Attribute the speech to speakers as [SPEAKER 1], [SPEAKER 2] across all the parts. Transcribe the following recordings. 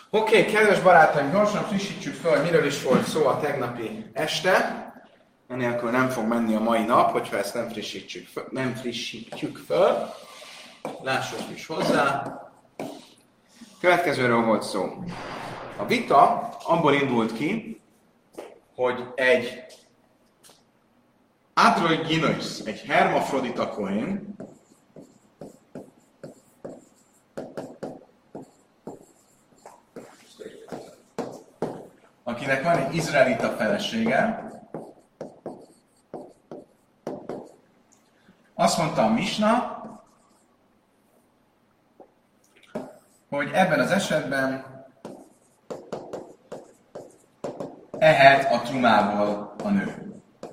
[SPEAKER 1] Oké, kedves barátaim, gyorsan frissítsük fel, hogy miről is volt szó a tegnapi este. Enélkül nem fog menni a mai nap, hogyha ezt nem frissítjük fel. Lássuk is hozzá. Következőről volt szó. A vita abból indult ki, hogy egy androgynos, egy hermafrodita kohén, akinek van egy izraelita felesége, azt mondta a Misna, hogy ebben az esetben ehet a trumából a nő.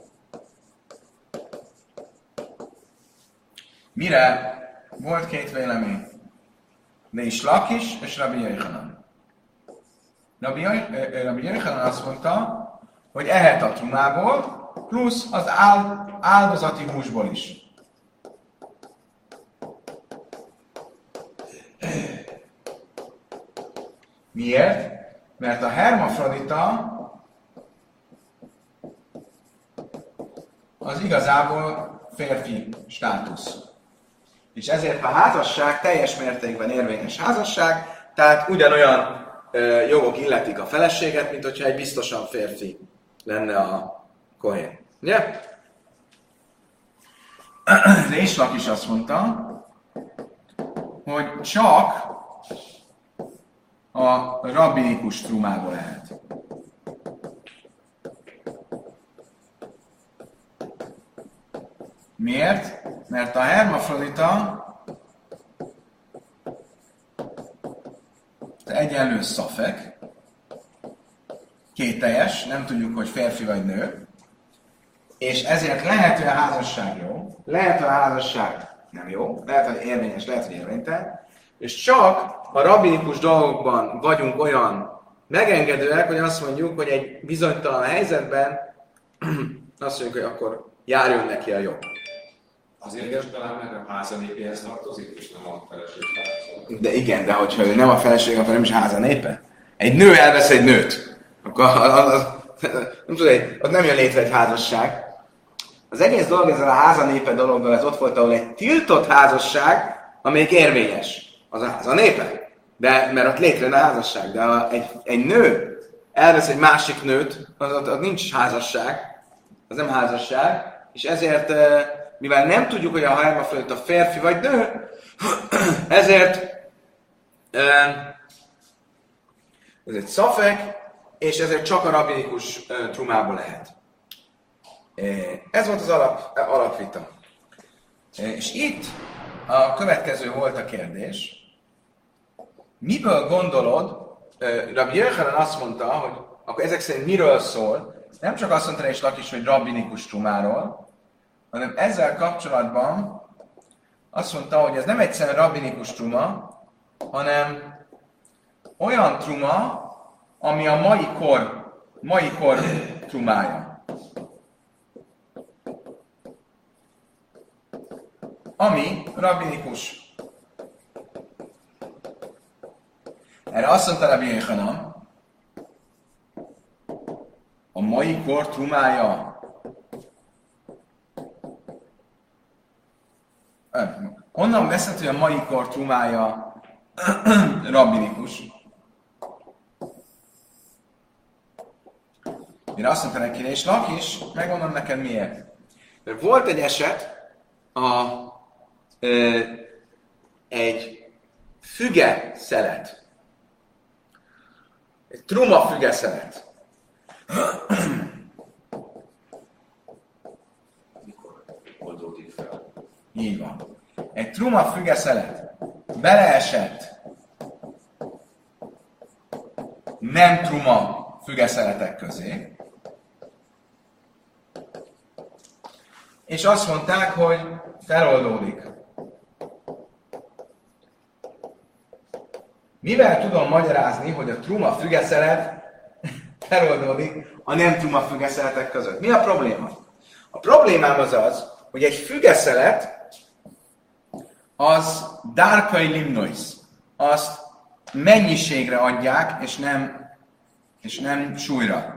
[SPEAKER 1] Mire volt két vélemény? Reish Lakish és Rabbi Yochanan. Rabbi Yochanan azt mondta, hogy ehet a trumából, plusz az áldozati húsból is. Miért? Mert a hermafrodita az igazából férfi státusz. És ezért a házasság teljes mértékben érvényes házasság, tehát ugyanolyan jogok illetik a feleséget, mint hogyha egy biztosan férfi lenne a kohén. Ugye? Reish Lakish is azt mondta, hogy csak a rabbinikus trumából lehet. Miért? Mert a hermafrodita egyenlő szafek, kételjes, nem tudjuk, hogy férfi vagy nő, és ezért lehet, hogy a házasság jó, lehet, hogy a házasság nem jó, lehet, hogy érvényes, lehet, hogy érvénytelen, és csak a rabbinikus dolgokban vagyunk olyan megengedőek, hogy azt mondjuk, hogy egy bizonytalan helyzetben azt mondjuk, hogy akkor járjon neki a jó.
[SPEAKER 2] Azért is talán, mert a házanépéhez tartozik, és nem a feleség tartozik.
[SPEAKER 1] De igen, de hogyha ő nem a feleség, akkor nem is a házanépe. Egy nő elvesz egy nőt, akkor nem tudom, ott nem jön létre egy házasság. Az egész dolog ezzel a házanépe dologgal, ez ott volt, ahol egy tiltott házasság, amelyik érvényes. Az a házanépe. De, mert ott létrejön a házasság. De ha egy nő elvesz egy másik nőt, az nincs házasság, az nem házasság, és ezért mivel nem tudjuk, hogy a hermafrodita férfi vagy nő, ezért ez egy szafek, és ezért csak a rabbinikus trumából lehet. Ez volt az alapvita. És itt a következő volt a kérdés. Miből gondolod, Rabbi Yochanan azt mondta, hogy akkor ezek szerint miről szól? Nem csak azt mondta Reish Lakish, hogy rabbinikus trumáról, hanem ezzel kapcsolatban azt mondta, hogy ez nem egyszerűen rabbinikus truma, hanem olyan truma, ami a mai kor trumája. Ami rabbinikus. Erre azt mondta Rabbi Yochanan, a mai kor trumája honnan veszed, hogy a mai kor trumája rabbinikus? Mire azt mondta neki, és Lakish, megmondom neked miért. Mert volt egy eset, egy füge szelet. Egy truma füge szelet.
[SPEAKER 2] Mikor oldódik fel?
[SPEAKER 1] Így van. Egy truma fügeszelet beleesett nem truma fügeszeletek közé, és azt mondták, hogy feloldódik. Mivel tudom magyarázni, hogy a truma fügeszelet feloldódik a nem truma fügeszeletek között? Mi a probléma? A problémám az, hogy egy fügeszelet az dárkai limnois, azt mennyiségre adják, és nem súlyra.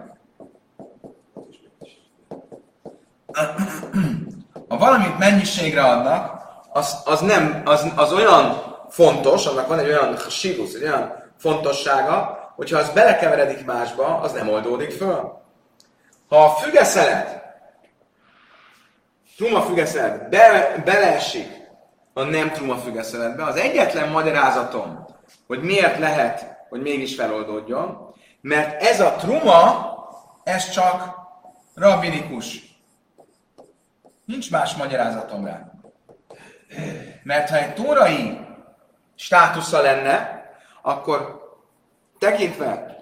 [SPEAKER 1] Ha valamit mennyiségre adnak, az olyan fontos, annak van egy olyan sírusz, egy olyan fontossága, hogyha az belekeveredik másba, az nem oldódik föl. Ha a fügeszelet, truma fügeszelet beleesik a nem truma fügeszeletbe, az egyetlen magyarázatom, hogy miért lehet, hogy mégis feloldódjon, mert ez a truma, ez csak rabbinikus. Nincs más magyarázatom rá. Mert ha egy tórai státusza lenne, akkor tekintve,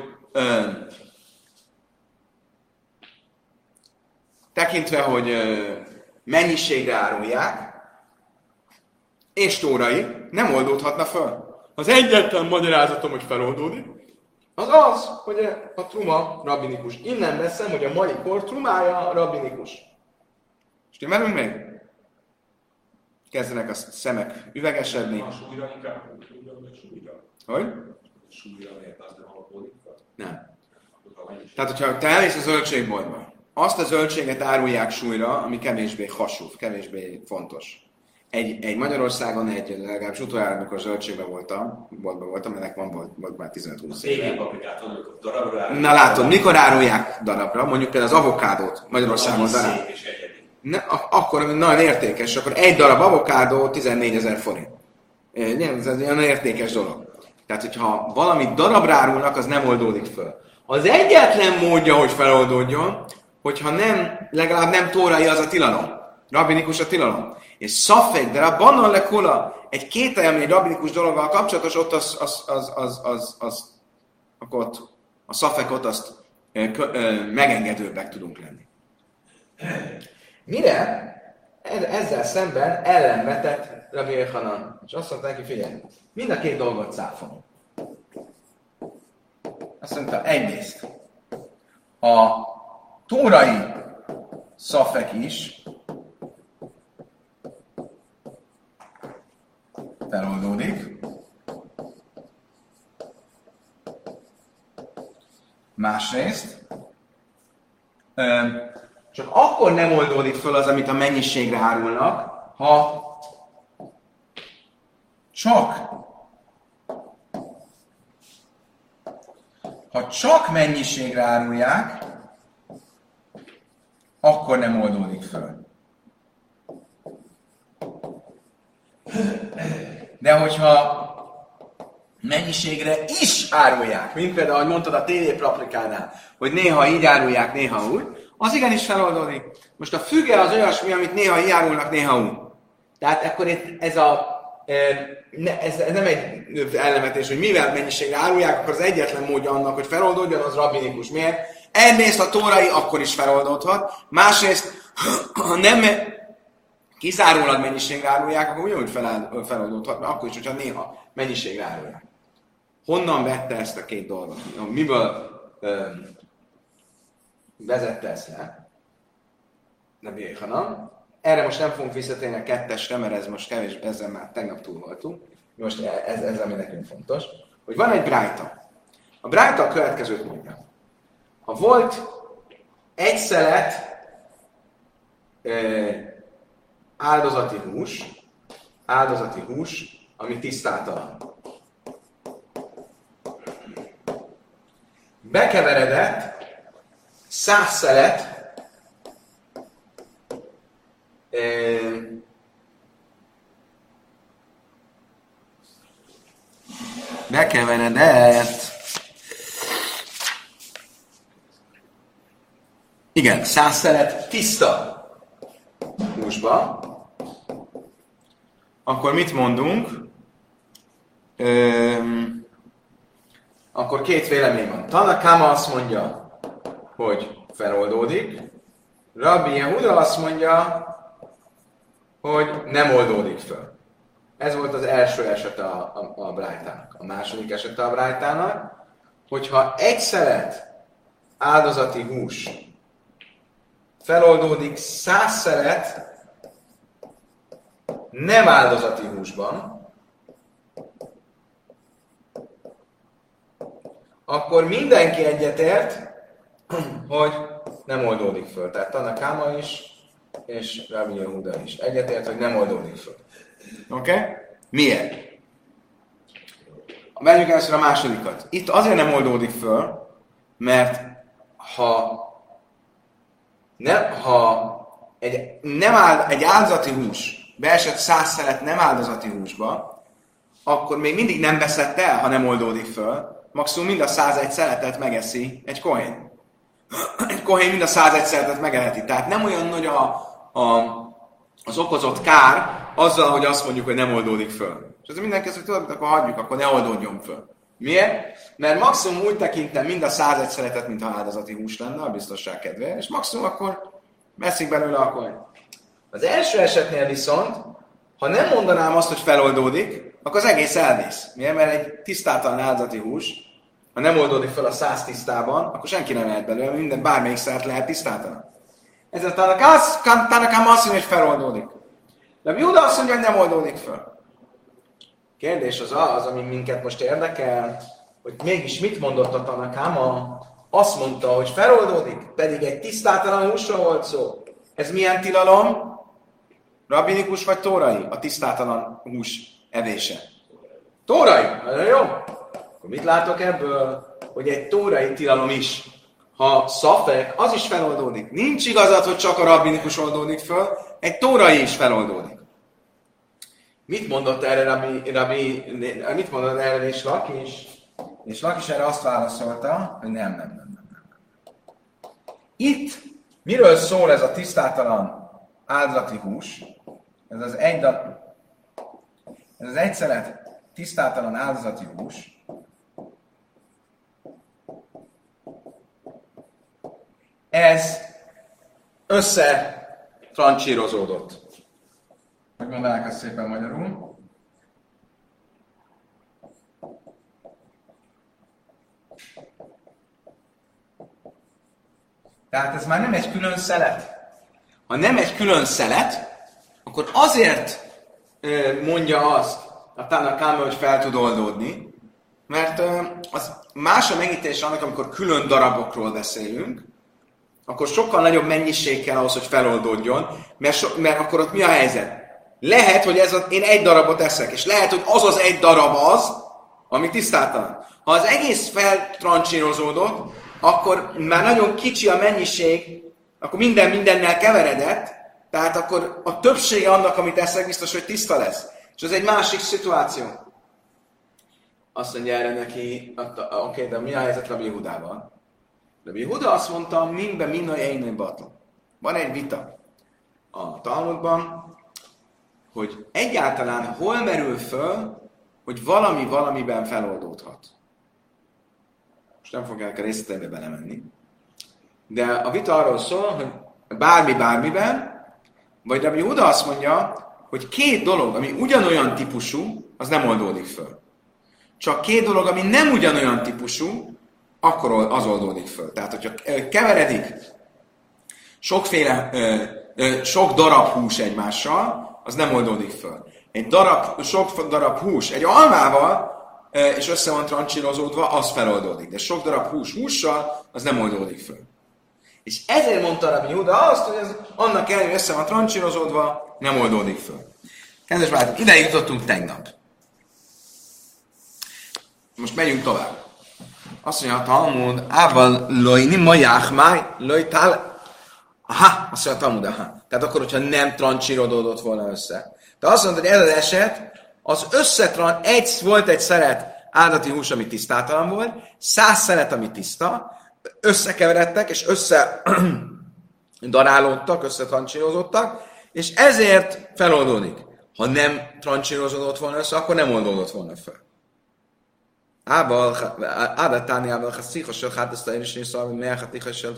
[SPEAKER 1] hogy mennyiségre árulják, és tórai, nem oldódhatna föl. Az egyetlen magyarázatom, hogy feloldódik, az, hogy a truma rabbinikus. Innen veszem, hogy a mai kor trumája rabbinikus. Stimmelünk még? Kezdenek a szemek üvegesedni.
[SPEAKER 2] A súlyra inkább, súlyra.
[SPEAKER 1] Hogy?
[SPEAKER 2] Súlyra miért az nem alapódik fel?
[SPEAKER 1] Nem. Tehát, hogyha te elmész a zöldségboltba, azt a zöldséget árulják súlyra, ami kevésbé hasúv, kevésbé fontos. Egy Magyarországon, legalábbis utoljára, amikor zöldségben voltam, ennek volt már 15-20 éve.
[SPEAKER 2] Végén paprikát, amikor darabra árulják.
[SPEAKER 1] Na látod, mikor árulják darabra, mondjuk például az avokádót Magyarországon darab.
[SPEAKER 2] Szép és egyedi.
[SPEAKER 1] Akkor nagyon értékes, akkor egy darab avokádó 14 000 forint. Ez egy olyan értékes dolog. Tehát, hogyha valamit darabra árulnak, az nem oldódik föl. Az egyetlen módja, hogy feloldódjon, hogyha legalább nem tórai az a tilalom. Rabbinikus a tilalom. És szafek, de rabbanon le kula, egy kételjemény rabbinikus dologgal kapcsolatos, ott akkor ott a szafekot azt megengedőbbek tudunk lenni. Mire ezzel szemben ellenvetett Rabbi Yochanan, és azt mondta neki, figyelj, mind a két dolgot cáfolom. Azt mondta, egyrészt, a tórai szafek is feloldódik. Másrészt, csak akkor nem oldódik föl az, amit a mennyiségre árulnak, ha csak mennyiségre árulják, akkor nem oldódik föl. De hogyha mennyiségre is árulják, mint például, ahogy mondtad a tévépaprikánál, hogy néha így árulják, néha úgy, az igenis feloldódik. Most a füge az olyasmi, amit néha így árulnak, néha úgy. Tehát akkor ez nem egy ellenvetés, hogy mivel mennyiségre árulják, akkor az egyetlen módja annak, hogy feloldódjon, az rabbinikus. Miért? Egyrészt a tórai akkor is feloldódhat, másrészt, ha nem kizárólag mennyiségre árulják, akkor ugyanúgy feloldódhat, akkor is, hogyha néha mennyiségre árulják. Honnan vette ezt a két dolgot? Miből vezette ezt le? Rabbi Yochanan. Erre most nem fogunk visszatérni a kettesre, mert ez most kevés, ezzel már tegnap túl voltunk. Most ez ami nekünk fontos. Hogy van egy brájta. A brájta a következőt mondja. Ha volt egy szelet áldozati hús, ami tisztátalan. Bekeveredett 100 szelet bekeveredett 100 szelet tiszta húsba, akkor mit mondunk? Akkor két vélemény van. Tanakama azt mondja, hogy feloldódik. Rabbi Yehuda azt mondja, hogy nem oldódik föl. Ez volt az első esete a brájtának. A második esete a brájtának, hogyha egy szelet áldozati hús feloldódik 100 szelet nem áldozati húsban, akkor mindenki egyetért, hogy nem oldódik föl. Tehát Tana Káma is, és Rabbi Yehuda is egyetért, hogy nem oldódik föl. Oké? Okay? Miért? Vegyük először a másodikat. Itt azért nem oldódik föl, mert ha egy áldozati hús beesett 100 szelet nem áldozati húsba, akkor még mindig nem veszett el, ha nem oldódik föl. Maximum mind a 101 szeletet megeszi egy kohén. Egy kohén mind a 101 szeletet megeheti. Tehát nem olyan nagy az okozott kár azzal, hogy azt mondjuk, hogy nem oldódik föl. És ez mindenki azt mondja, hogy akkor hagyjuk, akkor ne oldódjon föl. Miért? Mert maximum úgy tekintem mind a 101 szeletet, mintha áldozati hús lenne, a biztonság kedvéért, és maximum akkor veszik belőle a kohén. Az első esetnél viszont, ha nem mondanám azt, hogy feloldódik, akkor az egész elvész. Miért? Mert egy tisztátalan áldozati hús, ha nem oldódik fel a 100 tisztában, akkor senki nem lehet belőle, minden bármelyik szert lehet tisztátalan. Ezzel Tanakám azt mondja, hogy feloldódik. De Júda azt mondja, hogy nem oldódik fel. Kérdés az, ami minket most érdekel, hogy mégis mit mondott a Tanakáma? Azt mondta, hogy feloldódik, pedig egy tisztátalan húsról volt szó. Ez milyen tilalom? Rabbinikus vagy tórai? A tisztátalan hús evése. Tórai? Nagyon jó. Akkor mit látok ebből? Hogy egy tórai tilalom is. Ha szafek, az is feloldódik. Nincs igazad, hogy csak a rabbinikus oldódik föl, egy tórai is feloldódik. Mit mondott erre mit mondott erre és Lakis? És Lakis erre azt válaszolta, hogy nem. Itt miről szól ez a tisztátalan áldozati hús? Ez az egy szelet tisztátalan áldozati hús. Ez összetrancsírozódott. Hogy mondanák ezt szépen magyarul? Tehát ez már nem egy külön szelet. Ha nem egy külön szelet, akkor azért mondja azt a Tanakáma, hogy fel tud oldódni, mert az más a megítés annak, amikor külön darabokról beszélünk, akkor sokkal nagyobb mennyiség kell ahhoz, hogy feloldódjon, mert akkor ott mi a helyzet? Lehet, hogy én egy darabot eszek, és lehet, hogy az egy darab az, ami tisztátalan. Ha az egész feltrancsírozódott, akkor már nagyon kicsi a mennyiség, akkor minden mindennel keveredett, tehát akkor a többsége annak, amit eszek, biztos, hogy tiszta lesz. És ez egy másik szituáció. Azt mondja erre neki, oké, de mi a helyzet Rabbi Jehudával? Rabbi Yehuda azt mondta, minna jeinő batla. Van egy vita a Talmudban, hogy egyáltalán hol merül föl, hogy valami valamiben feloldódhat. Most nem fogják a részleteibe belemenni. De a vita arról szól, hogy bármi bármiben, vagy Rabbi Yehuda azt mondja, hogy két dolog, ami ugyanolyan típusú, az nem oldódik föl. Csak két dolog, ami nem ugyanolyan típusú, akkor az oldódik föl. Tehát, hogyha keveredik sok darab hús egymással, az nem oldódik föl. Sok darab hús egy almával, és össze van trancsírozódva, az feloldódik. De sok darab hússal, az nem oldódik föl. És ezért mondta Rabbi Yehuda azt, hogy ez annak ellenére, hogy össze van trancsírozódva, nem oldódik föl. Kedves barátok, ideig jutottunk tegnap. Most megyünk tovább. Azt mondja a Talmud, Ával lojni majach máj, lojtál. Aha, azt mondja a Talmud, aha. Tehát akkor, hogyha nem trancsírodódott volna össze. De azt mondta, hogy ez az eset, volt egy szelet áldati hús, ami tisztátalan volt, 100 szelet, ami tiszta, összekeveredtek, és darálódtak, összetrancsírozódtak, és ezért feloldódik. Ha nem trancsírozódott volna össze, akkor nem oldódott volna fel. Ába tániával, ha szíkosok, hát ezt a én is nézve, hogy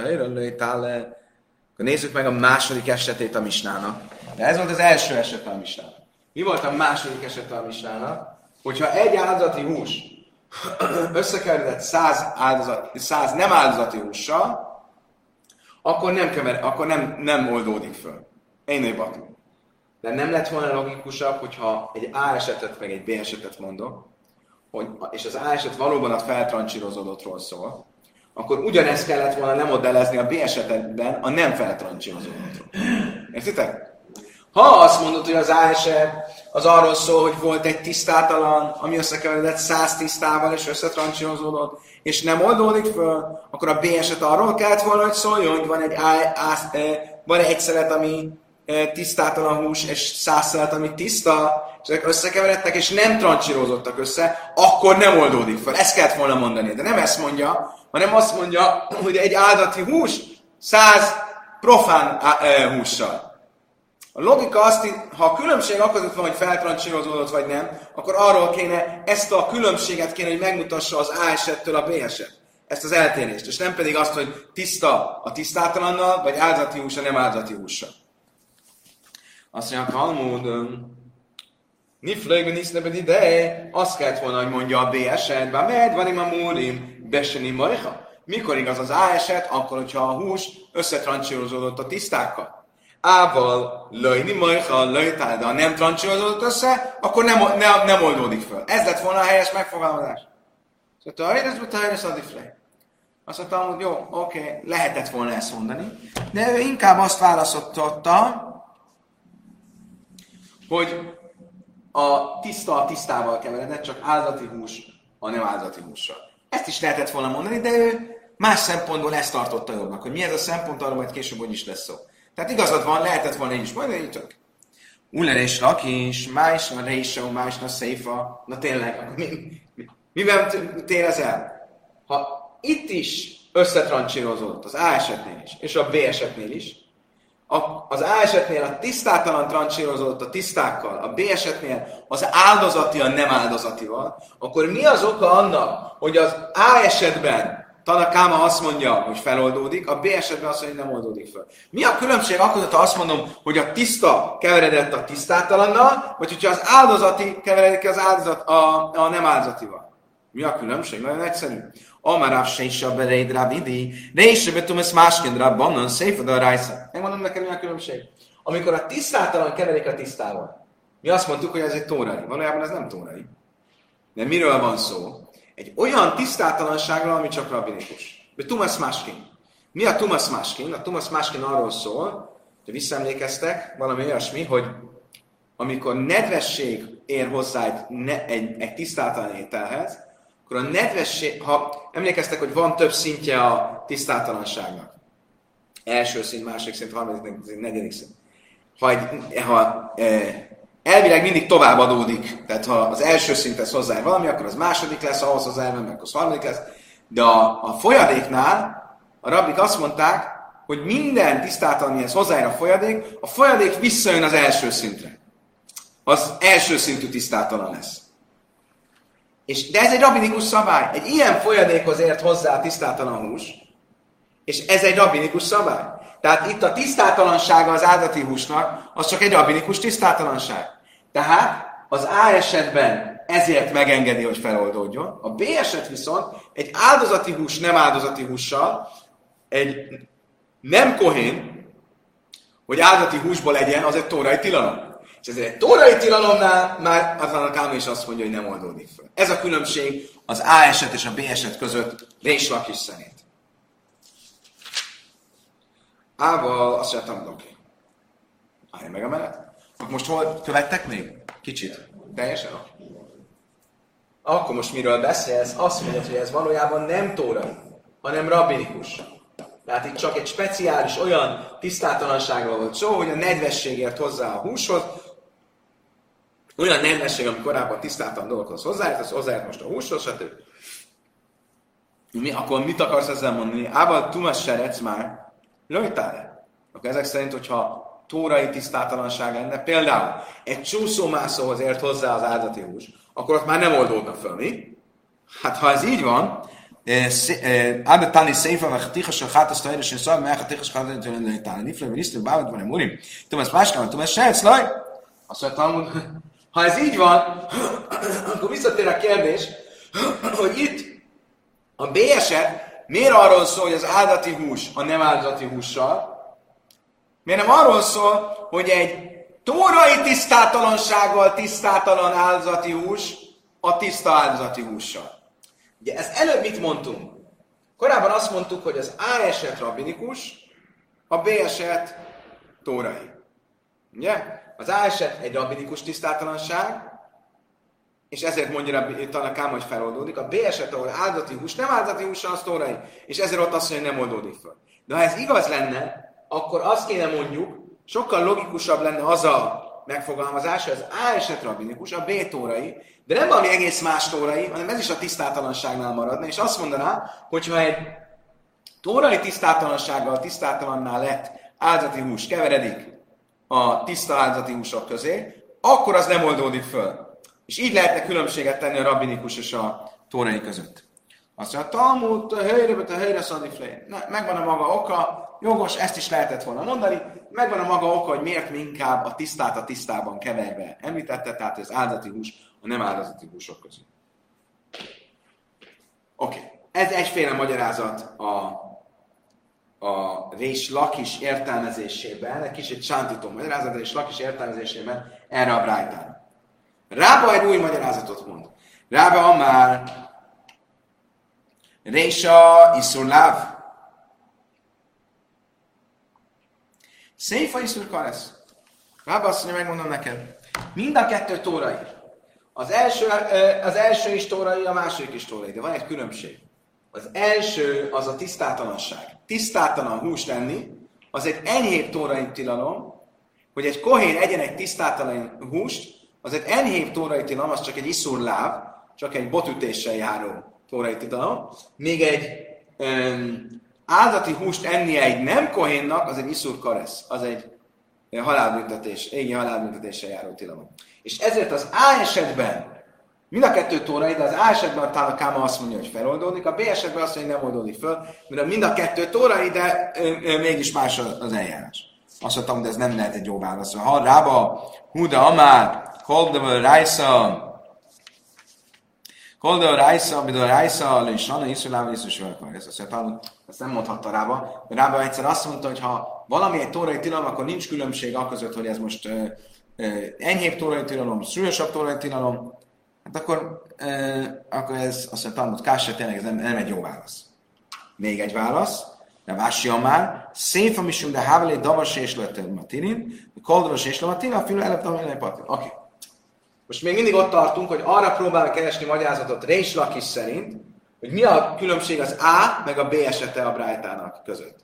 [SPEAKER 1] akkor nézzük meg a második esetét a misnának. De ez volt az első eset a misnának. Mi volt a második eset a misnának? Hogyha egy áldozati hús összekeveredett 100 nem áldozati hússal, akkor nem oldódik föl. Én batú. De nem lett volna logikusabb, hogyha egy A esetet meg egy B esetet mondok, és az A eset valóban a feltrancsírozódottról szól, akkor ugyanezt kellett volna lemodellezni a B esetben a nem feltrancsírozódottról. Értitek? Ha azt mondod, hogy az A eset az arról szól, hogy volt egy tisztátalan, ami összekeveredett 100 tisztával és összetrancsírozódott, és nem oldódik föl, akkor a B eset arról kellett volna, hogy szóljon, hogy van egy szelet, ami tisztátalan hús, és 100 szelet, ami tiszta, és ezek összekeveredtek, és nem trancsírozottak össze, akkor nem oldódik föl. Ezt kellett volna mondani. De nem ezt mondja, hanem azt mondja, hogy egy áldati hús 100 profán hússal. A logika azt, ha a különbség akkor van, hogy feltrancsírozódott vagy nem, akkor arról kéne, ezt a különbséget kéne, hogy megmutassa az A esettől a B eset. Ezt az eltérést. És nem pedig azt, hogy tiszta a tisztátalannal, vagy áldati hús a nem áldati hússal. Azt mondja, Talmud, Niflögben iszlebed ide, azt kellett volna, hogy mondja a B esetben, mert van ima múlim, beseni majha. Mikor igaz az A eset? Akkor, hogyha a hús összetrancsírozódott a tisztákkal. Ával löjni majha, löjtál, de ha nem trancsírozódott össze, akkor nem oldódik föl. Ez lett volna a helyes megfogalmazás. Szóval tajresz a diflej. Azt mondtam, hogy jó, oké, lehetett volna ezt mondani, de ő inkább azt választotta, hogy a tisztával keveredett, csak áldati hús a nem áldati hússal. Ezt is lehetett volna mondani, de ő más szempontból ezt tartotta jobbnak, hogy mi ez a szempont, arra majd később hogy is lesz szó. Tehát igazad van, lehetett volna így is mondani, így csak. Uller és Lakis, Májsna, Reisha, Májsna, Szeifa. Na tényleg, mivel tér ez el? Ha itt is összetrancsírozódott az A esetnél is, és a B esetnél is, az A esetnél a tisztátalan trancsírozódott a tisztákkal, a B esetnél az áldozati a nem áldozatival, akkor mi az oka annak, hogy az A esetben Tanakáma azt mondja, hogy feloldódik, a B esetben azt mondja, hogy nem oldódik fel. Mi a különbség akkor, ha azt mondom, hogy a tiszta keveredett a tisztátalannal, vagy hogyha az áldozati keveredik az áldozat a nem áldozatival? Mi a különbség? Nagyon egyszerű. Amaráv se is a bereid rávidi, de is se betum ezt másként rabbanon, széfad a rájsza. Megmondom neked, mi a különbség. Amikor a tisztátalan keverik a tisztával, mi azt mondtuk, hogy ez egy tórai. Valójában ez nem tórai. De miről van szó? Egy olyan tisztátalanságról, ami csak rabbinikus. De Tumas Máskin. Mi a Tumas Máskin? A Tumas Máskin arról szól, hogy visszaemlékeztek, valami olyasmi, hogy amikor nedvesség ér hozzá egy tisztátalan ételhez, akkor a nedvesség, ha emlékeztek, hogy van több szintje a tisztátalanságnak. Első szint, második szint, harmadik szint, negyedik szint. Elvileg mindig tovább adódik. Tehát ha az első szinthez hozzájön valami, akkor az második lesz, ahhoz hozzájön, akkor az harmadik lesz. De a folyadéknál a rabbik azt mondták, hogy minden tisztátalan, amihez hozzájön a folyadék visszajön az első szintre. Az első szintű tisztátalan lesz. De ez egy rabbinikus szabály. Egy ilyen folyadékhoz ért hozzá a tisztátalan hús, és ez egy rabbinikus szabály. Tehát itt a tisztátalansága az áldati húsnak, az csak egy rabbinikus tisztátalanság. Tehát az A esetben ezért megengedi, hogy feloldódjon. A B eset viszont egy áldozati hús, nem áldozati hússal, egy nem kohén, hogy áldati húsból legyen, az egy tórai tilalom. És ezért egy tórai tilalomnál már a Káma is azt mondja, hogy nem oldódik fel. Ez a különbség az A eset és a B eset között Résh Lakis szerint. Ával azt mondtam, oké. Állj meg a menet. Most hol követtek még? Kicsit. Teljesen? Akkor most miről beszélsz? Azt mondod, hogy ez valójában nem tórai, hanem rabbinikus. Tehát itt csak egy speciális olyan tisztátalanságról volt szó, hogy a nedvesség ért hozzá a húshoz, olyan nedvesség, ami korábban tisztátalan dolgokhoz hozzáért, az hozzáért most a húshoz, stb. Akkor mit akarsz ezzel mondani? Ával Tumas Serec már lőjtál-e? Akkor ezek szerint, hogyha tórai tisztátalanság lenne, például egy csúszómászóhoz ért hozzá az áldati hús, akkor ott már nem oldódna föl, mi? Hát ha ez így van, Abba Tani Széfa, vagy Hatiha Salchát, azt hajra, és szóval, mert Hatiha Salchát, hogy lőjtál. Nifle, vagy Isztő, Bávad, van, Murim. Tumas Máskán, Tumas Serec, laj! Azt mondtam, ha ez így van, akkor visszatér a kérdés, hogy itt a B eset miért arról szól, hogy az áldati hús a nem áldati hússal, miért nem arról szól, hogy egy tórai tisztátalansággal tisztátalan áldati hús a tiszta áldozati hússal. Ugye ezt előbb mit mondtunk? Korábban azt mondtuk, hogy az A eset rabbinikus, a B eset tórai. Ugye? Az A eset egy rabbinikus tisztátalanság, és ezért mondja Tanakám, hogy feloldódik. A B eset, ahol áldozati hús, nem áldozati hússal, az tórai. És ezért ott azt mondja, hogy nem oldódik fel. De ha ez igaz lenne, akkor azt kéne mondjuk, sokkal logikusabb lenne az a megfogalmazás, hogy az A eset rabbinikus, a B tórai, de nem valami egész más tórai, hanem ez is a tisztátalanságnál maradna, és azt mondaná, hogyha egy tórai tisztátalansággal tisztátalanná lett áldozati hús keveredik a tiszta áldozati húsok közé, akkor az nem oldódik föl. És így lehetne különbséget tenni a rabbinikus és a tórai között. Azt mondja, a Talmud, a helyre szadiflé. Megvan a maga oka, jogos, ezt is lehetett volna mondani, megvan a maga oka, hogy miért mi inkább a tisztát a tisztában keverve említette, tehát az áldozati hús a nem áldozati húsok között. Oké. Ez egyféle magyarázat a Rés Lakis értelmezésében, egy kicsit sántító magyarázat, a Rés Lakis értelmezésében erre a brájtára. Rába egy új magyarázatot mond. Rába már Résa iszur láv. Széfa iszur karesz. Rába azt mondja, megmondom neked. Mind a kettő tórai. Az első is tórai, a második is tórai. De van egy különbség. Az első az a tisztátalanság. Tisztátalan húst enni, az egy enyhébb tórai tilalom, hogy egy kohén egyen egy tisztátalan húst, az egy enyhébb tórai tilalom, az csak egy iszur láv, csak egy botütéssel járó tórai tilalom. Még egy áldati húst ennie egy nem kohénnak, az egy iszur karesz, az egy halálbüntetés, égi halálbüntetéssel járó tilalom. És ezért az A esetben mind a kettő tórai, de az A esetben a Tanakáma azt mondja, hogy feloldódik, a B esetben azt mondja, hogy nem oldódik föl, mert mind a kettő tórai, de mégis más az eljárás. Azt mondtam, hogy ez nem lehet egy jó válasz. Ha rába, Huda Amár, Koldava Rájsza, Midor Rájsza, és Anna Iszulával Iszusválkar. Ezt nem mondhatta Rába, mert Rába egyszer azt mondta, hogy ha valami egy tórai tilalom, akkor nincs különbség között, hogy ez most enyhébb tórai tilalom, súlyosabb tórai tilalom, hát akkor ez azt mondja, Talmud Kássa, tényleg ez nem egy jó válasz. Még egy válasz, de vássia már, széfa misum, de hávelé davas és lőtt matinin, koldavas és lőtt matinin, a fülő előtt a patin. Oké. Most még mindig ott tartunk, hogy arra próbálunk keresni magyarázatot Rés Lakis szerint, hogy mi a különbség az A meg a B esete a brájtának között.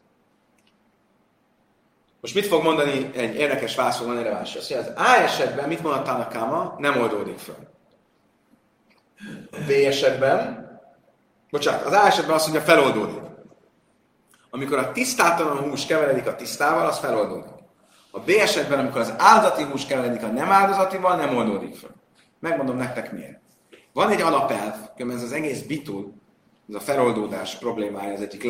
[SPEAKER 1] Most mit fog mondani egy érdekes válasz, fog mondani Revássi? Azt mondja, az A esetben mit mondott Tanakáma? Nem oldódik föl. A B esetben, bocsánat, az A esetben azt mondja, feloldódik. Amikor a tisztátalan hús keveredik a tisztával, az feloldódik. A B esetben, amikor az áldozati hús keveredik a nem áldozatival, nem oldódik föl. Megmondom nektek miért. Van egy alapelv, ez az egész bitul, ez a feloldódás problémája az egyik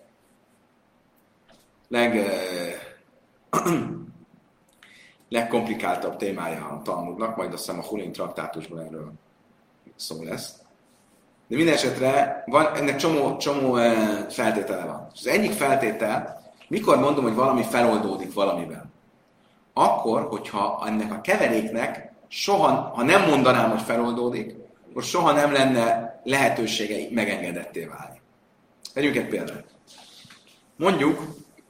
[SPEAKER 1] legkomplikáltabb témája a Talmudnak, majd azt hiszem a Hulin traktátusban erről szó lesz. De minden esetre ennek csomó feltétele van. Az egyik feltétel, mikor mondom, hogy valami feloldódik valamiben. Akkor, hogyha ennek a keveréknek soha, ha nem mondanám, hogy feloldódik, akkor soha nem lenne lehetősége megengedetté válni. Vegyünk egy példát. Mondjuk,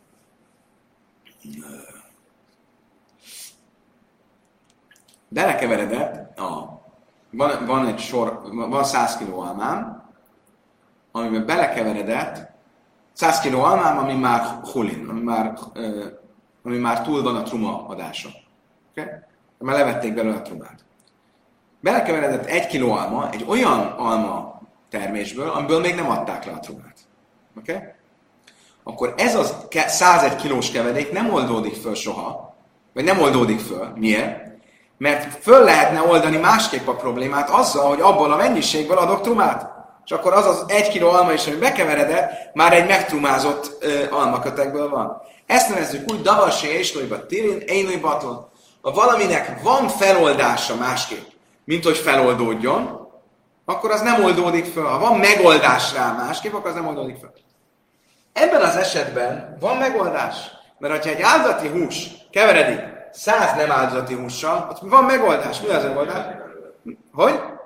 [SPEAKER 1] belekeveredett van 100 kg almám, amiben belekeveredett 100 kg almám, ami már hulin, ami már túl van a truma adáson. Okay? Már levették belőle a trumát. Belekeveredett 1 kg alma, egy olyan alma termésből, amiből még nem adták le a trumát. Okay? Akkor ez az 101 kilós keverék nem oldódik föl soha, vagy nem oldódik föl. Miért? Mert föl lehetne oldani másképp a problémát azzal, hogy abból a mennyiségből adok trumát. És akkor az 1 kg alma is, ami bekeveredett, már egy megtrumázott almakötekből van. Ezt nevezzük úgy, davasi és lóiba tirin, énújbaton. Ha valaminek van feloldása másképp, mint hogy feloldódjon, akkor az nem oldódik föl. Ha van megoldás rá másképp, akkor az nem oldódik föl. Ebben az esetben van megoldás. Mert ha egy áldozati hús keveredik 100 nem áldozati hússal, ott van megoldás. Mi az a megoldás? Hogy?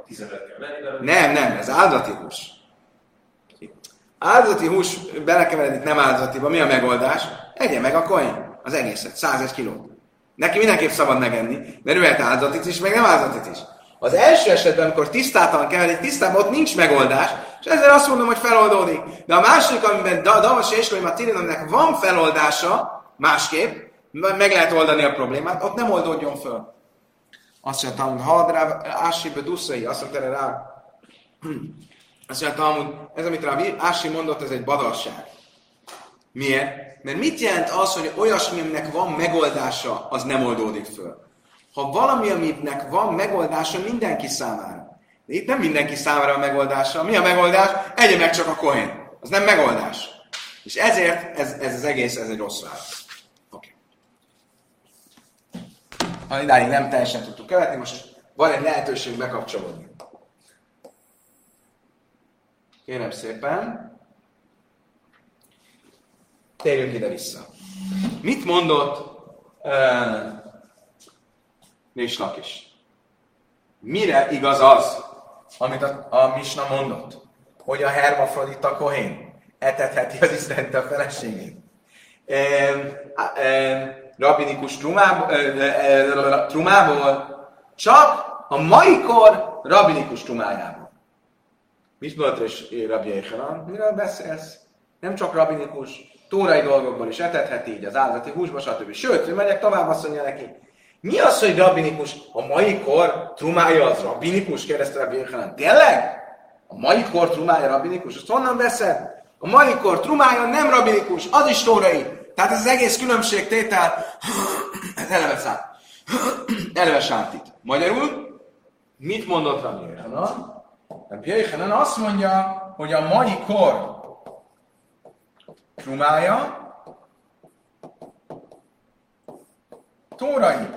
[SPEAKER 2] 10-et kell venni belőle.
[SPEAKER 1] Nem, ez áldozati hús. Áldozati hús belekeveredik nem áldozatiba. Mi a megoldás? Egye meg a koin, az egészet, 101 kilót. Neki mindenképp szabad megenni, mert ő áldozatit is, meg nem áldozatit is. Az első esetben, amikor tisztátalan keveredik, tisztában ott nincs megoldás, és ezzel azt mondom, hogy feloldódik. De a második, amiben Davas és Éslóim a Tirinomnek van feloldása, másképp, meg lehet oldani a problémát, ott nem oldódjon föl. Azt mondtam, hogy hadrá, Ásibe duszai, azt mondta rá, azt mondtam, hogy ez, amit rá Ási mondott, ez egy badalság. Miért? Mert mit jelent az, hogy olyasmi, aminek van megoldása, az nem oldódik föl? Ha valami, aminek van megoldása mindenki számára. De itt nem mindenki számára a megoldása. Mi a megoldás? Egye meg csak a kohén. Az nem megoldás. És ezért ez az egész, ez egy rossz válasz. Oké. Idáig nem teljesen tudtuk követni, most van egy lehetőség bekapcsolódni. Kérem szépen. Térjünk ide-vissza. Mit mondott Rish Lakish? Mire igaz az, amit a Misna mondott? Hogy a hermafrodita kohén etetheti az Istent a feleségét. Rabinikus trumából, csak a mai kor rabinikus trumájából. Mit mondott Rabbi Yechanan? Miről beszélsz? Nem csak rabinikus, tórai dolgokból is etetheti, így az áldati húsba, stb. Sőt, ő megyek tovább, azt mondja neki, mi az, hogy rabinikus? A mai kor trumája az rabinikus? Kérdezte Rabbi Yechanan. Tényleg? A mai kor trumája rabinikus? Azt honnan veszed? A mai kor trumája nem rabinikus, az is tórai. Tehát ez az egész különbségtétel, ez eleve sántít. Magyarul, mit mondott Rabbi Yechanan? Rabbi Yechanan azt mondja, hogy a mai kor trumája tórai.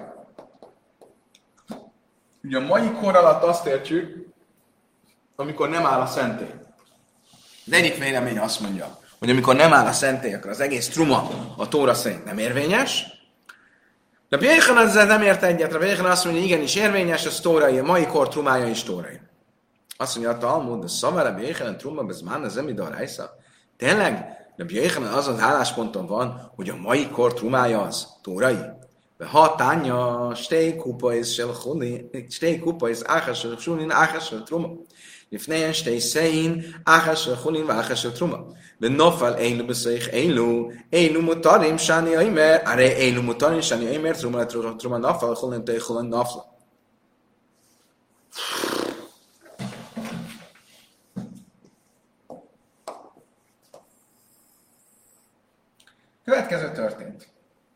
[SPEAKER 1] Ugye a mai kor alatt azt értjük, amikor nem áll a szentély. De egyik vélemény azt mondja, hogy amikor nem áll a szentély, akkor az egész truma a Tóra szerint nem érvényes. De Rabbi Yechanan ezzel nem ért egyet. Rabbi Yechanan azt mondja, hogy igenis érvényes, az tórai, a mai kor trumája is tórai. Azt mondja, a Talmud, de szamár Rabbi Yechanan truma bezmán az emida rajsza. Tényleg? Rabbi Yechanan azon állásponton van, hogy a mai kor trumája az tórai. Ha tánya, sté kupa és áhás a sulin, áhás a truma. לפני שתי סין, אחש וחולין ואחש ותרומה. ונופל אילו בסייך אילו מותרים שאני אומר, הרי אילו מותרים שאני אומר, תרומה נופל, חולין תהיה חולין נופלה. Következő történt.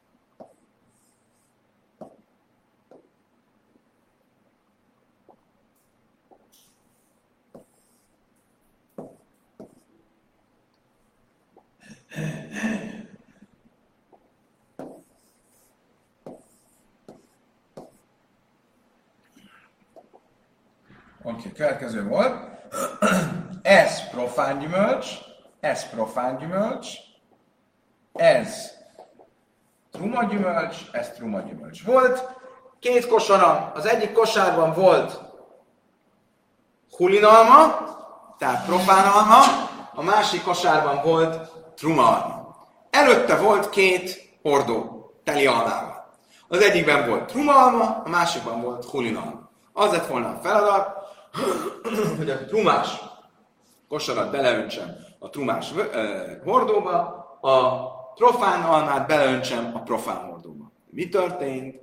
[SPEAKER 1] Oké, következő volt. Ez profán gyümölcs, ez profán gyümölcs, ez truma gyümölcs, ez truma gyümölcs. Volt két kosara, az egyik kosárban volt hulinalma, tehát profán alma, a másik kosárban volt truma alma. Előtte volt két hordó teli almával. Az egyikben volt truma alma, a másikban volt hulinalma. Az lett volna a feladat, hogy a trumás kosarat beleöntsem a trumás hordóba, a profán almát beleöntsem a profán hordóba. Mi történt?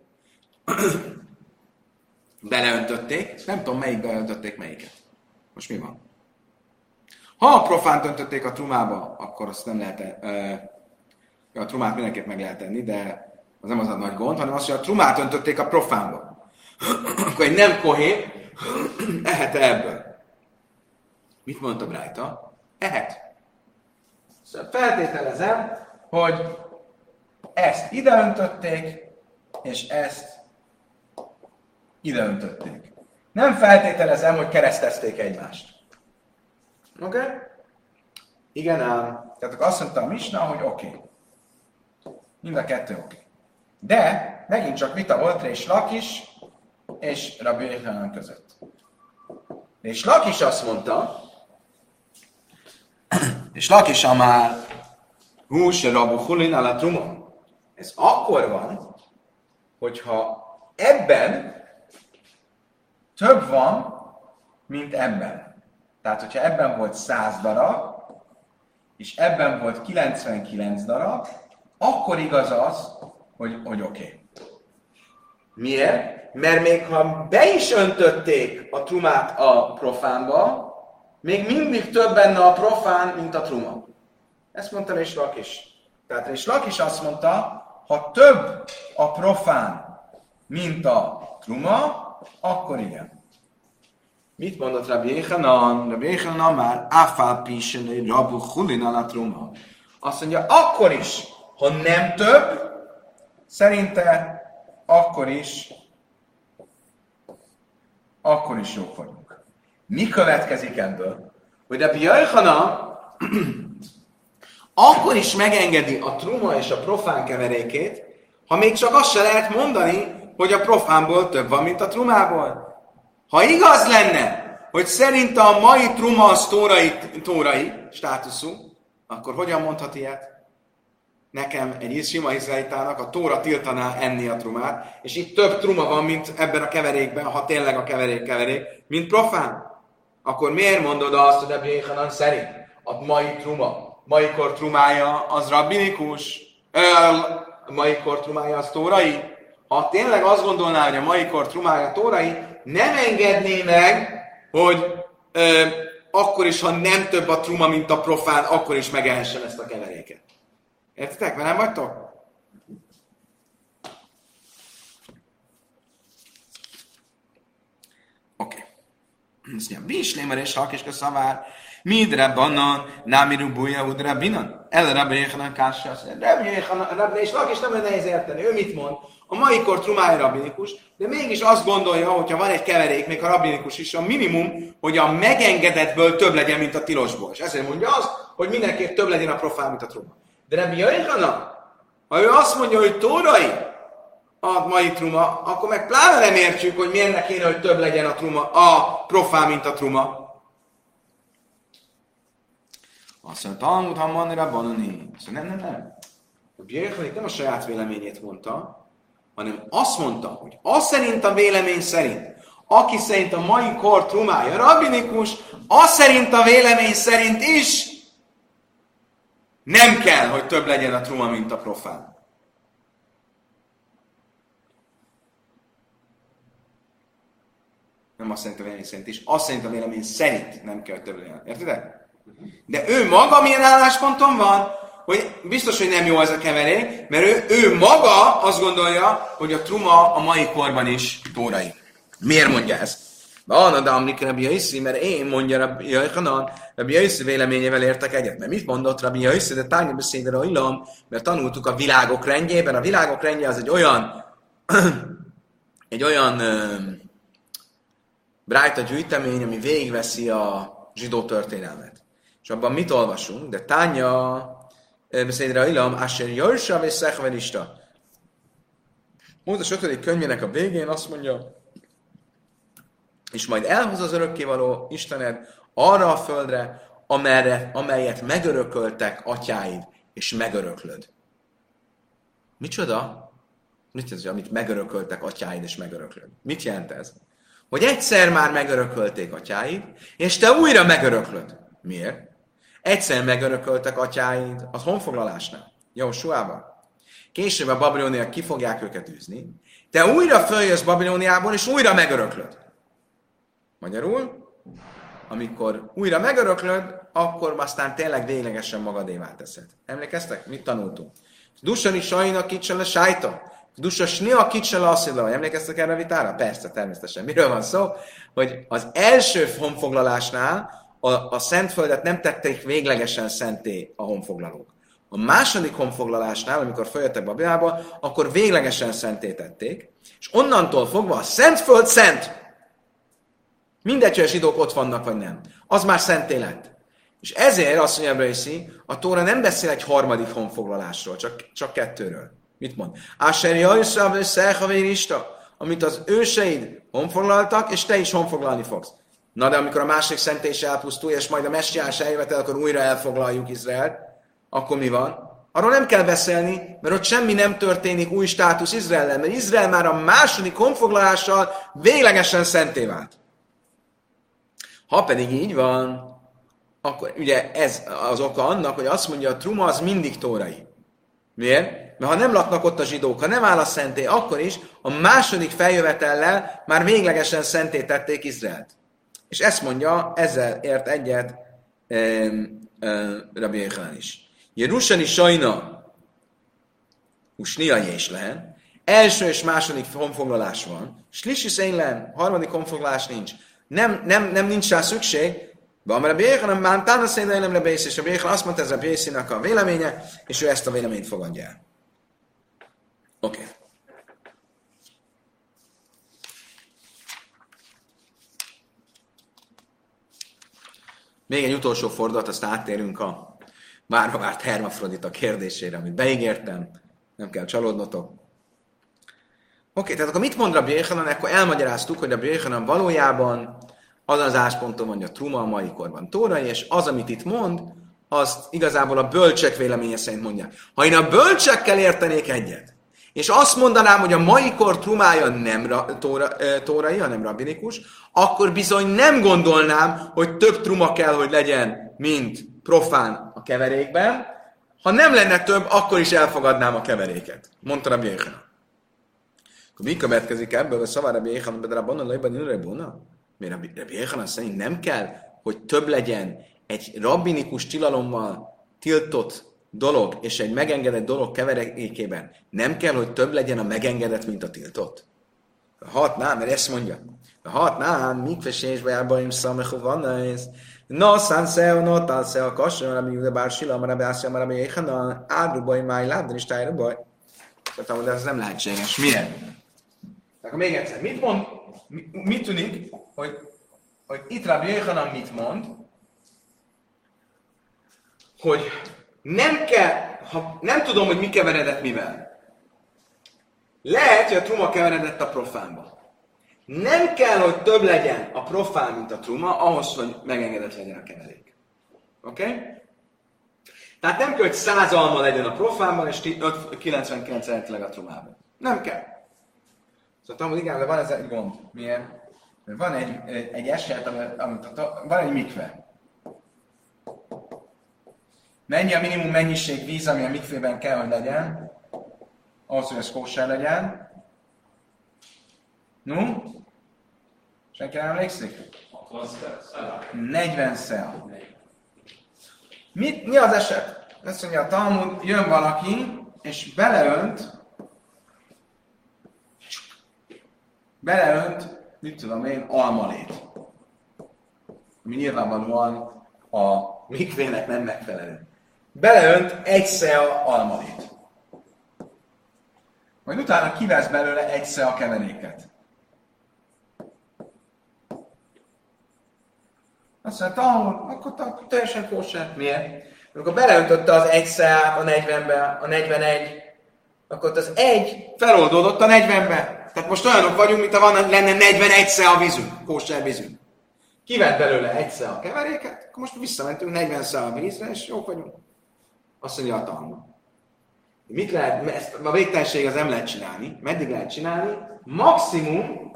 [SPEAKER 1] Beleöntötték, nem tudom melyik beleöntötték melyiket. Most mi van? Ha a profánt öntötték a trumába, akkor azt nem lehet, a trumát mindenképp meg lehet tenni, de az nem az a nagy gond, hanem azt, hogy a trumát öntötték a profánba. Akkor egy nem kohé ehet ebből. Mit mondta Brájta? Ehet. Szóval feltételezem, hogy ezt ide öntötték, és ezt ide öntötték. Nem feltételezem, hogy keresztezték egymást. Oké? Okay? Igen ám. Tehát akkor azt mondta a Misna, hogy oké. Mind a kettő oké. De megint csak vita volt Rish Lakish és Rabbi Yechanan között. És Lakis azt mondta, és Lakis már hús rabu hulin ala truma. Ez akkor van, hogyha ebben több van, mint ebben. Tehát, hogyha ebben volt 100 darab, és ebben volt 99 darab, akkor igaz az, hogy oké. Miért? Mert még ha be is öntötték a trumát a profánba, még mindig több benne a profán, mint a truma. Ezt mondta Rés Lakis. Tehát Rés Lakis azt mondta, ha több a profán, mint a truma, akkor igen. Mit mondott Rabbi Yechanan? Rabbi Yechanan már áfál pisele rabu hulin ala truma. Azt mondja, akkor is, ha nem több, szerinte akkor is jók vagyunk. Mi következik ebből? Hogy Rabbi Yechanan akkor is megengedi a truma és a profán keverékét, ha még csak azt se lehet mondani, hogy a profánból több van, mint a trumából. Ha igaz lenne, hogy szerinte a mai truma az tórai státuszú, akkor hogyan mondhat ilyet? Nekem egy sima izraelitának a tóra tiltaná enni a trumát, és itt több truma van, mint ebben a keverékben, ha tényleg a keverék, mint profán. Akkor miért mondod azt, hogy Rabbi Yechanan szerint a mai kor trumája az rabbinikus, a mai kor trumája az tórai? Ha tényleg azt gondolná, hogy a mai kor trumája tórai, nem engedné meg, hogy akkor is, ha nem több a truma, mint a profán, akkor is megehessen ezt a keveréket. Értitek? Velem vagytok? Oké. Azt mondja, Bíslémer és Hakiska szavár, midre bannan, námiru buja udra binan. El Rabbi Yechanan kássa. Rabbi és Lakis nem nehéz érteni. Ő mit mond? A mai kor trumája rabbinikus, de mégis azt gondolja, hogyha van egy keverék, még a rabbinikus is, a minimum, hogy a megengedettből több legyen, mint a tilosból. És ezért mondja azt, hogy mindenképp több legyen a profán, mint a truma. De Rabbi Yechanan, ha ő azt mondja, hogy tórai a mai truma, akkor meg pláne nem értjük, hogy miért kéne, hogy több legyen a profán, mint a truma. Azt mondta, Talmud Hammanira Banani. Azt mondta, nem. Rabbi Yechanan nem a saját véleményét mondta, hanem azt mondta, hogy az szerint a vélemény szerint, aki szerint a mai kor trumája rabbinikus, az szerint a vélemény szerint is nem kell, hogy több legyen a truma, mint a profán. Nem azt szerint a vélemény szerint is, azt szerint a vélemény szerint nem kell, hogy több legyen. Értitek? De ő maga milyen állásponton van, hogy biztos, hogy nem jó ez a keverék, mert ő maga azt gondolja, hogy a truma a mai korban is tórai. Miért mondja ezt? Van, de Amrik Rabbi Yossi, mert én mondja Rabbi Yechanan, Rabbi Yossi véleményével értek egyet. Mert mit mondott Rabbi Yossi, de tárgya beszédre a illam, mert tanultuk a világok rendjében. A világok rendje az egy olyan brájta gyűjtemény, ami végigveszi a zsidó történelmet. És abban mit olvasunk? De tárgya beszédre a illam, Asher Yorsav és Szechverista. Mózes 5. könyvének a végén azt mondja, és majd elhoz az örökkévaló Istened arra a földre, amelyet megörököltek atyáid, és megöröklöd. Micsoda? Mit ez, amit megörököltek atyáid, és megöröklöd? Mit jelent ez? Hogy egyszer már megörökölték atyáid, és te újra megöröklöd. Miért? Egyszer megörököltek atyáid a honfoglalásnál, Jósuában. Később a babiloniak ki fogják őket űzni. Te újra följössz Babilóniából, és újra megöröklöd. Magyarul, amikor újra megöröklöd, akkor aztán tényleg véglegesen magadévá teszed. Emlékeztek? Mit tanultunk? Dusani sajna kicsele sájta. Dusasni a kicsele asszidla. Emlékeztek erre a vitára? Persze, természetesen. Miről van szó? Hogy az első honfoglalásnál a Szentföldet nem tették véglegesen szenté a honfoglalók. A második honfoglalásnál, amikor följöttek Babilonba, akkor véglegesen szenté tették, és onnantól fogva a Szentföld szent. Mindegy, hogy a zsidók ott vannak, vagy nem. Az már szenté lett. És ezért azt mondja Brészi, a Tóra nem beszél egy harmadik honfoglalásról, csak kettőről. Mit mond? Asher Jajszav és Szechavérista, amit az őseid honfoglaltak, és te is honfoglalni fogsz. Na de amikor a másik szentély is elpusztul, és majd a messiás eljövetel, akkor újra elfoglaljuk Izraelt, akkor mi van? Arról nem kell beszélni, mert ott semmi nem történik új státusz Izraellel, mert Izrael már a második honfoglalással véglegesen szenté vált. Ha pedig így van, akkor ugye ez az oka annak, hogy azt mondja, a truma az mindig tórai. Miért? Mert ha nem laknak ott a zsidók, ha nem áll a szentély, akkor is a második feljövetellel már véglegesen szenté tették Izraelt. És ezt mondja, ezzel ért egyet Rabbi Yochanan is. Jerusani sajna, usniai is lehet, első és második honfoglalás van, slisi szénlen, harmadik honfoglalás nincs. Nem nincs rá szükség, de Rabbi Yochanan már tána szénlen nem Rabbi Yossi, és Rabbi Yochanan azt mondta, ez Rabbi Yossinak a véleménye, és ő ezt a véleményt fogadja el. Oké. Még egy utolsó fordulat, azt áttérünk a várva várt Hermafrodita kérdésére, amit beígértem, nem kell csalódnotok. Oké, tehát akkor mit mond Rabbi Yochanan? Akkor elmagyaráztuk, hogy Rabbi Yochanan valójában az az állásponton van, hogy a truma a mai korban tórai, és az, amit itt mond, azt igazából a bölcsek véleménye szerint mondja. Ha én a bölcsekkel értenék egyet, és azt mondanám, hogy a mai kor trumája nem tórai, hanem rabbinikus, akkor bizony nem gondolnám, hogy több truma kell, hogy legyen, mint profán a keverékben. Ha nem lenne több, akkor is elfogadnám a keveréket. Mondta Rabbi Yochanan. Akkor mi következik ebből, hogy szavár Rabbi Yochanan, de Rabbanon lejben ülrebona? Miért Rabbi Yochanan szerint nem kell, hogy több legyen egy rabbinikus tilalommal tiltott dolog és egy megengedett dolog keverékében? Nem kell, hogy több legyen a megengedett, mint a tiltott? Hatnám, mert ezt mondja. Hatnám, mikvesésbe járbaim szamechó van ez. No, szánszeo, no, talszeo, kasson, ami júde bár sila, mert beászja, mert ami éjjel, ádrubaj, máj, lábdan is tájrubaj. Szóval, de ez nem lehetséges. Miért? Akkor még egyszer, mit mond, mit tűnik, hogy itt Rabbi Yochanan mit mond, hogy nem kell, ha nem tudom, hogy mi keveredett mivel. Lehet, hogy a truma keveredett a profánba. Nem kell, hogy több legyen a profán, mint a truma, ahhoz, hogy megengedett legyen a keverék. Oké? Okay? Tehát nem kell, hogy 100 alma legyen a profánban, és 99 eredetileg a trumában. Nem kell. Szóval igen, de van ez egy gond. Miért? Mert van egy eset, van egy mikve. Mennyi a minimum mennyiség víz, ami a mikvében kell, hogy legyen, ahhoz, hogy ez kóser legyen? No? Senki nem emlékszik? 40 szea. Mi az eset? Azt mondja a Talmud, jön valaki, és beleönt, mit tudom én, almalét. Ami nyilvánvalóan a mikvének nem megfelelő. Beleönt egy szea almalét. Majd utána kivesz belőle egy szea keveréket. Azt mondta, akkor teljesen kóser. Miért? Amikor beleöntötte az egy szea a 40-be, a 41, akkor az egy feloldódott a 40-be. Tehát most olyanok vagyunk, mintha lenne 41 szea vízünk, kóser vízünk. Kivett belőle egy szea keveréket, akkor most visszamentünk 40 szea vízre, és jók vagyunk. Azt mondja a Talmud. Mit lehet, ezt a végtelenség az nem lehet csinálni. Meddig lehet csinálni? Maximum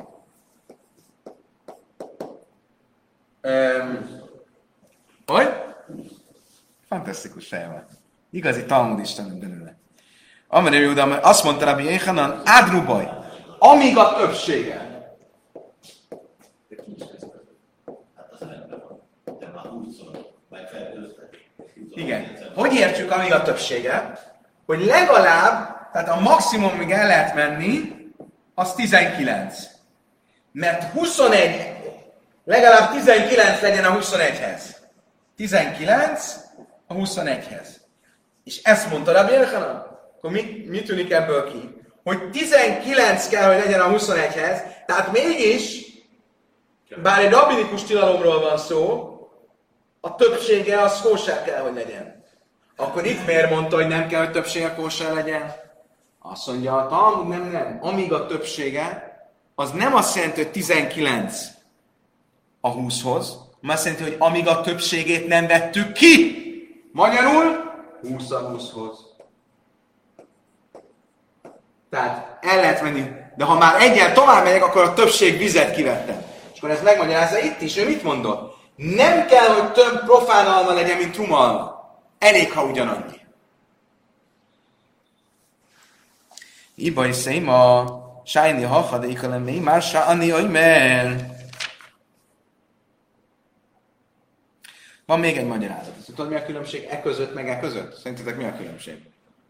[SPEAKER 1] hogy? Fantasztikus feje van. Igazi talmudista nem belőle. Amire Júda azt mondta Rabbi Yochanan, ádrubaj, amíg a többsége. Igen. Hogy értsük, amíg a többsége? Hogy legalább, tehát a maximumig el lehet menni, az 19. Mert 21, legalább 19 legyen a 21-hez. 19 a 21-hez. És ezt mondta Rabbi Yochanan. Akkor mi tűnik ebből ki? Hogy 19 kell, hogy legyen a 21-hez, tehát mégis, bár egy rabbinikus tilalomról van szó, a többsége az kóser kell, hogy legyen. Akkor itt miért mondta, hogy nem kell, hogy többsége kóser legyen? Azt mondja a Talmud, nem. Amíg a többsége, az nem azt jelenti, hogy 19 a 20-hoz, mert azt jelenti, hogy amíg a többségét nem vettük ki. Magyarul 20 a 20-hoz. Tehát el lehet menni, de ha már egyen tovább megyek, akkor a többség vizet kivettem. És akkor ezt megmagyarázza itt is, ő mit mondott? Nem kell, hogy több profán alma legyen, mint truma alma. Elég, ha ugyanannyi. Iba is a sájni hafadéka lenni, már sájni olymer. Van még egy magyarázat. Tudod, mi a különbség e között, meg e között? Szerintetek mi a különbség?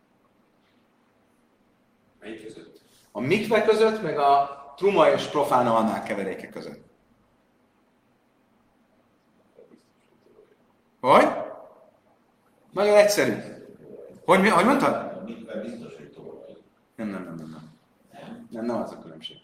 [SPEAKER 2] Melyik között?
[SPEAKER 1] A mikve között, meg a truma és profán almák keveréke között. Hogy? Nagyon egyszerű. Hogy mondtad?
[SPEAKER 2] Mikve biztos, hogy tolvaj.
[SPEAKER 1] Nem az a különbség.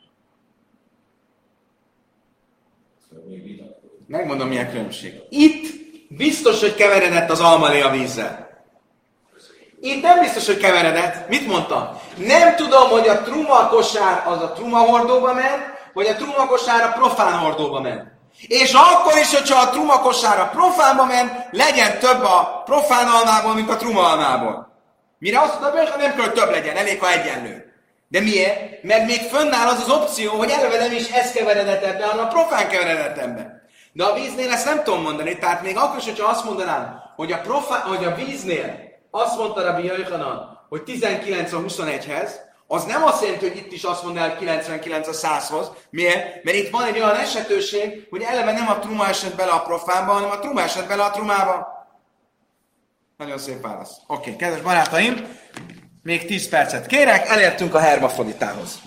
[SPEAKER 2] Szóval még vitatkozik.
[SPEAKER 1] Megmondom, milyen különbség. Itt biztos, hogy keveredett az almalé a vízzel. Itt nem biztos, hogy keveredett. Mit mondtam? Nem tudom, hogy a truma kosár az a truma hordóba ment, vagy a truma kosár a profán hordóba ment. És akkor is, hogyha a truma kosár a profánba ment, legyen több a profán almából, mint a truma almából. Mire azt mondta, hogy nem kell, hogy több legyen, elég, ha egyenlő. De miért? Mert még fönnáll az az opció, hogy eleve nem is ez keveredett ebbe, hanem a profán keveredett ebbe. De a víznél ezt nem tudom mondani, tehát még akkor is, hogyha azt mondanám, hogy a víznél azt mondta Rabbi Yochanan, hogy 19 a 21-hez, az nem azt jelenti, hogy itt is azt mondaná, hogy 99 a 100-hoz. Miért? Mert itt van egy olyan esetőség, hogy eleve nem a truma esett bele a profánba, hanem a truma esett bele a trumába. Nagyon szép válasz. Oké, kedves barátaim, még 10 percet kérek, elértünk a hermafroditához.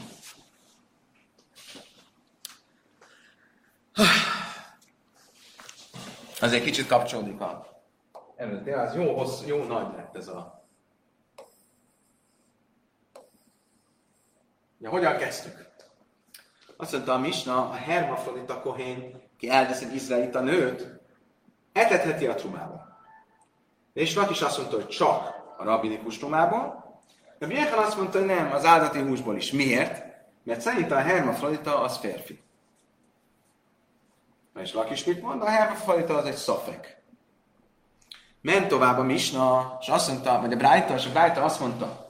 [SPEAKER 1] Azért kicsit kapcsolódik a előtt. Az jó hossz, jó nagy lett ez a... Ja, hogyan kezdtük? Azt mondta a Misna, a hermafrodita kohén, ki elvesz egy izraelita nőt, etetheti a trumába. És Rak is azt mondta, hogy csak a rabbinikus trumából, de Björn azt mondta, hogy nem, az áldati húsból is. Miért? Mert szerintem a hermafrodita az férfi. És Rak is mit mond? A hermafrodita az egy szafek. Ment tovább a Misna, és azt mondta, vagy a Brájta azt mondta,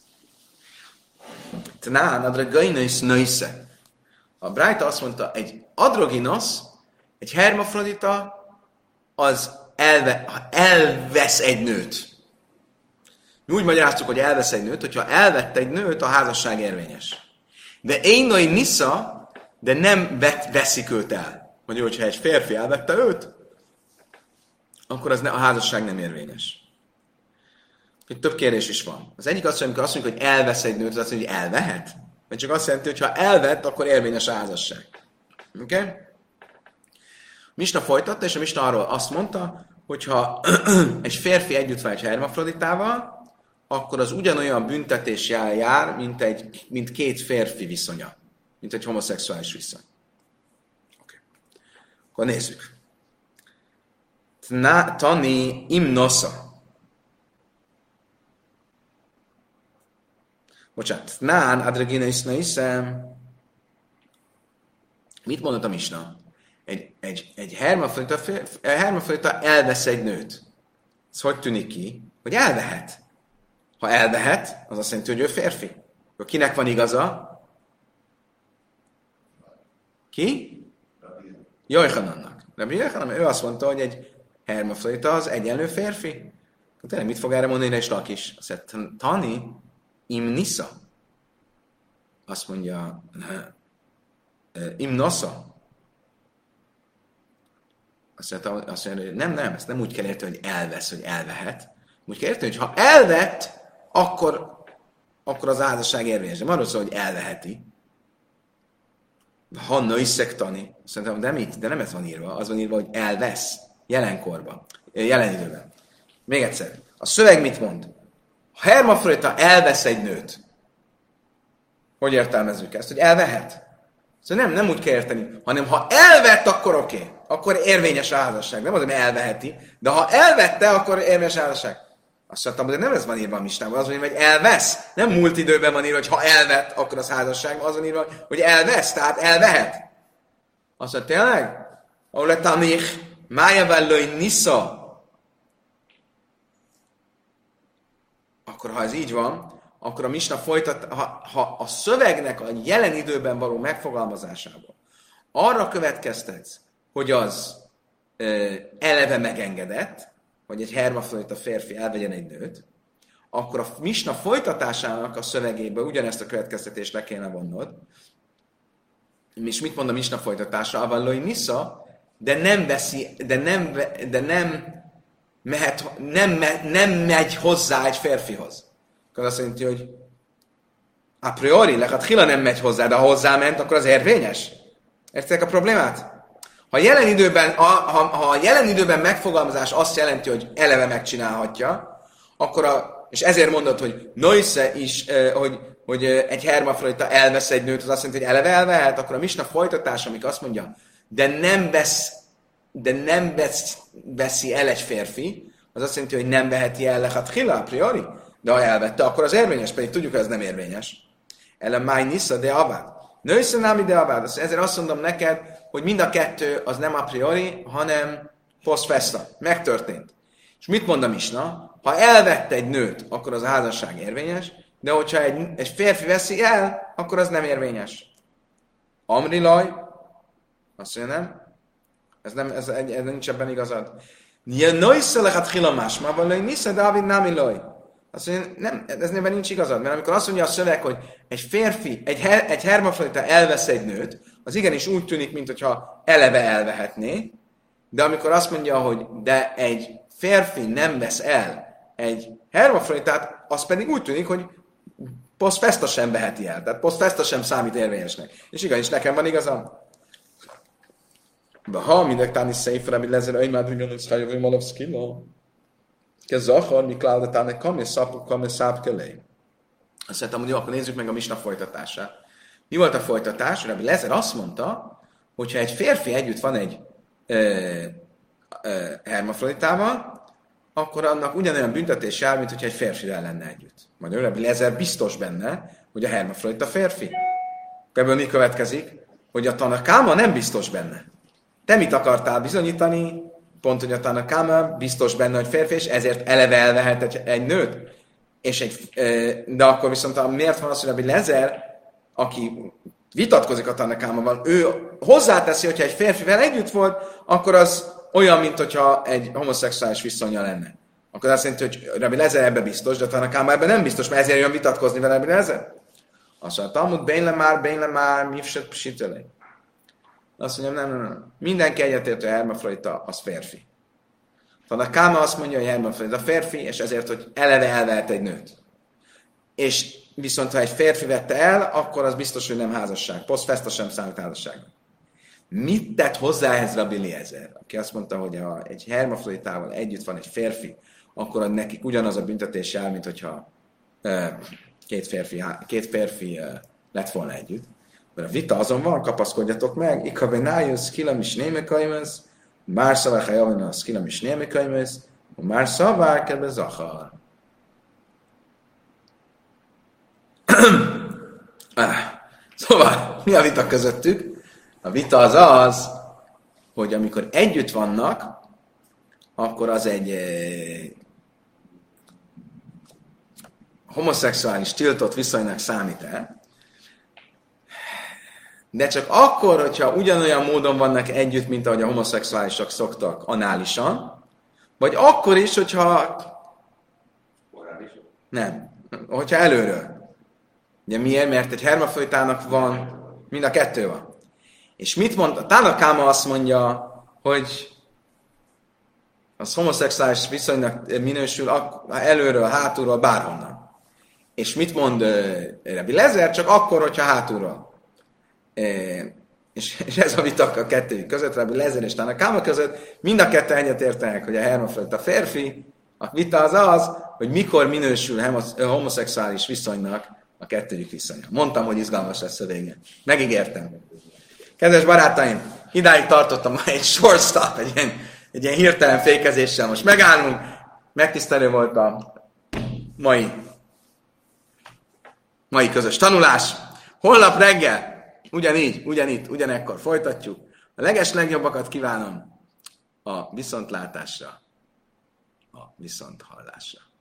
[SPEAKER 1] Tnán, adragainos nöjsze. A Brájta azt mondta, egy androginos, egy hermafrodita, az elvesz egy nőt. Mi úgy magyaráztuk, hogy elvesz egy nőt, hogyha elvette egy nőt, a házasság érvényes. De énai nisza, de nem veszik őt el. Magyarul, hogyha egy férfi elvette őt, akkor a házasság nem érvényes. Itt több kérdés is van. Az egyik azt mondja, amikor azt mondjuk, hogy elvesz egy nőt, az azt mondja, hogy elvehet? Mert csak azt jelenti, hogy ha elvett, akkor érvényes a házasság. Oké? Okay? Misna folytatta, és a Misna arról azt mondta, hogyha egy férfi együtt van egy hermafroditával, akkor az ugyanolyan büntetés jár, mint két férfi viszonya. Mint egy homoszexuális viszony. Oké. Okay. Akkor nézzük. Tani imnosza. Bocsánat. Nán adregina isnaisem. Mit mondott a Misna? Egy hermafrodita elvesz egy nőt. Ez hogy tűnik ki? Hogy elvehet. Ha elvehet, az azt jelenti, hogy ő férfi. Akkor kinek van igaza? Ki? Yoichanannak. Rabbi Yochanan, ő azt mondta, hogy egy hermafrodita az egyenlő férfi. Akkor tényleg mit fog erre mondani, és Lak is? Azt mondja, Tani imnisza. Azt mondja, imnosza. Azt mondja, hogy nem, ezt nem úgy kell érteni, hogy elvesz, hogy elvehet. Úgy kell érteni, hogy ha elvett, akkor az házasság érvényes. Nem arról szól, hogy elveheti. Ha nőszektani, szerintem de nem ez van írva, az van írva, hogy elvesz jelenkorban, jelen időben. Még egyszer. A szöveg mit mond? Ha hermafrodita elvesz egy nőt, hogy értelmezzük ezt? Hogy elvehet? Szóval nem úgy kell érteni, hanem ha elvett, akkor oké. Akkor érvényes a házasság. Nem az, hogy elveheti, de ha elvette, akkor érvényes a házasság. Azt mondtam, hogy nem ez van írva a Misnában, az van írva, hogy elvesz. Nem múlt időben van írva, hogy ha elvett, akkor az házasság. Az van írva, hogy elvesz, tehát elvehet. Azt mondta, tényleg? ahol a tanich, májavellői nisza, akkor ha ez így van, akkor a misna folytat, ha a szövegnek a jelen időben való megfogalmazásából arra következtetsz, hogy az eleve megengedett, hogy egy hermafrodita férfi elvegyen egy nőt, akkor a misna folytatásának a szövegéből ugyanezt a következtetést le kéne vonnod. És mit mond a misna folytatása? Avallói nisza, de nem veszi, de nem megy hozzá egy férfihoz. Akkor azt jelenti, hogy a priori, hila nem megy hozzá, de ha hozzáment, akkor az érvényes. Értitek a problémát? Ha a jelen időben megfogalmazás azt jelenti, hogy eleve megcsinálhatja, akkor és ezért mondod, hogy noisze is, hogy egy hermafrodita elvesz egy nőt, az azt jelenti, hogy eleve elvehet, akkor a misna folytatás, amik azt mondja, de nem veszi el egy férfi, az azt jelenti, hogy nem veheti el hila a priori, de ha elvette, akkor az érvényes, pedig tudjuk, hogy ez nem érvényes. Ellen máj nisza de abád. Nősze nem ide abád. Ezért azt mondom neked, hogy mind a kettő az nem a priori, hanem post festa. Megtörtént. És mit mond a misna? Ha elvette egy nőt, akkor az a házasság érvényes, de hogyha egy férfi veszi el, akkor az nem érvényes. Amri laj, azt mondja, nem? Ez nincs ebben igazad. Nősze lehet hilamás, ma van lőj, nisza Dávid námi laj. Azt mondja, nem, ez ebben nincs igazad, mert amikor azt mondja a szöveg, hogy egy férfi, egy hermafrodita elvesz egy nőt, az igenis úgy tűnik, mintha eleve elvehetné, de amikor azt mondja, hogy de egy férfi nem vesz el egy hermafroditát, az pedig úgy tűnik, hogy post festa sem veheti el, tehát post festa sem számít érvényesnek. És igenis, nekem van igazam. Ha mindek táni széfre, mi lezer, hogy már drigyanunk szajövő malovszkila. Kezachar, mi kládatának kami szápkelé. Azt mondtam, hogy jó, akkor nézzük meg a misna folytatását. Mi volt a folytatás? Rabbi Lezer azt mondta, hogyha egy férfi együtt van egy hermafroditával, akkor annak ugyanolyan büntetés jár, mint hogyha egy férfivel lenne együtt. Majd Rabbi Lezer biztos benne, hogy a hermafrodita férfi. Ebből mi következik? Hogy a Tanakáma nem biztos benne. Te mit akartál bizonyítani? Pont, hogy a Tanakáma biztos benne, hogy férfi, és ezért eleve elvehet egy nőt. De akkor viszont miért van az, hogy Rabbi Lezer, aki vitatkozik a Tanakámával, ő hozzáteszi, hogyha egy férfivel együtt volt, akkor az olyan, mint hogyha egy homoszexuális viszonya lenne. Akkor azt jelenti, hogy Rabbi Lezer ebbe biztos, de a Tanakáma ebben nem biztos, mert ezért jön vitatkozni vele Rabbi Lezer. Azt mondja, Talmud, bényle már, mifset psitelé. Azt mondja, nem. Mindenki egyetért, hogy a hermafrodita az férfi. Tanakáma azt mondja, hogy a hermafrodita férfi, és ezért, hogy eleve elvehet egy nőt. És viszont, ha egy férfi vette el, akkor az biztos, hogy nem házasság. Post festa sem számít házasságnak. Mit tett hozzá ehhez Rabbi Eliezer? Aki azt mondta, hogy ha egy hermafroditával együtt van egy férfi, akkor nekik ugyanaz a büntetés jár, mint hogyha két férfi lett volna együtt. Mert a vita azon van, kapaszkodjatok meg, ikavenájusz, kilam is némekaimes, már szavár hajavanász, kilam is némekaimes, már szavár kedve zahar. Szóval, mi a vita közöttük? A vita az, hogy amikor együtt vannak, akkor az egy homoszexuális tiltott viszonynak számít el, de csak akkor, hogyha ugyanolyan módon vannak együtt, mint ahogy a homoszexuálisok szoktak análisan, vagy akkor is, hogyha nem, hogyha előről. Ugye miért? Mert egy hermafroditának van, mind a kettő van. És mit mond? A Tanakáma azt mondja, hogy az homoszexuális viszonynak minősül előről, hátulról, bárhonnan. És mit mond Rabbi Lezer? Csak akkor, hogyha hátulról. És ez a vita a kettőjük között, Rabbi Lezer és Tanakáma között, mind a kettő egyetértenek, hogy a hermafrodita férfi, a vita az, hogy mikor minősül homoszexuális viszonynak a kettőjük viszonya. Mondtam, hogy izgalmas lesz a vége. Megígértem. Kedves barátaim, idáig tartottam egy short stop, egy ilyen hirtelen fékezéssel. Most megállunk. Megtisztelő volt a mai közös tanulás. Holnap reggel, ugyanígy, ugyanekkor folytatjuk. A leges legjobbakat kívánom a viszontlátásra, a viszonthallásra.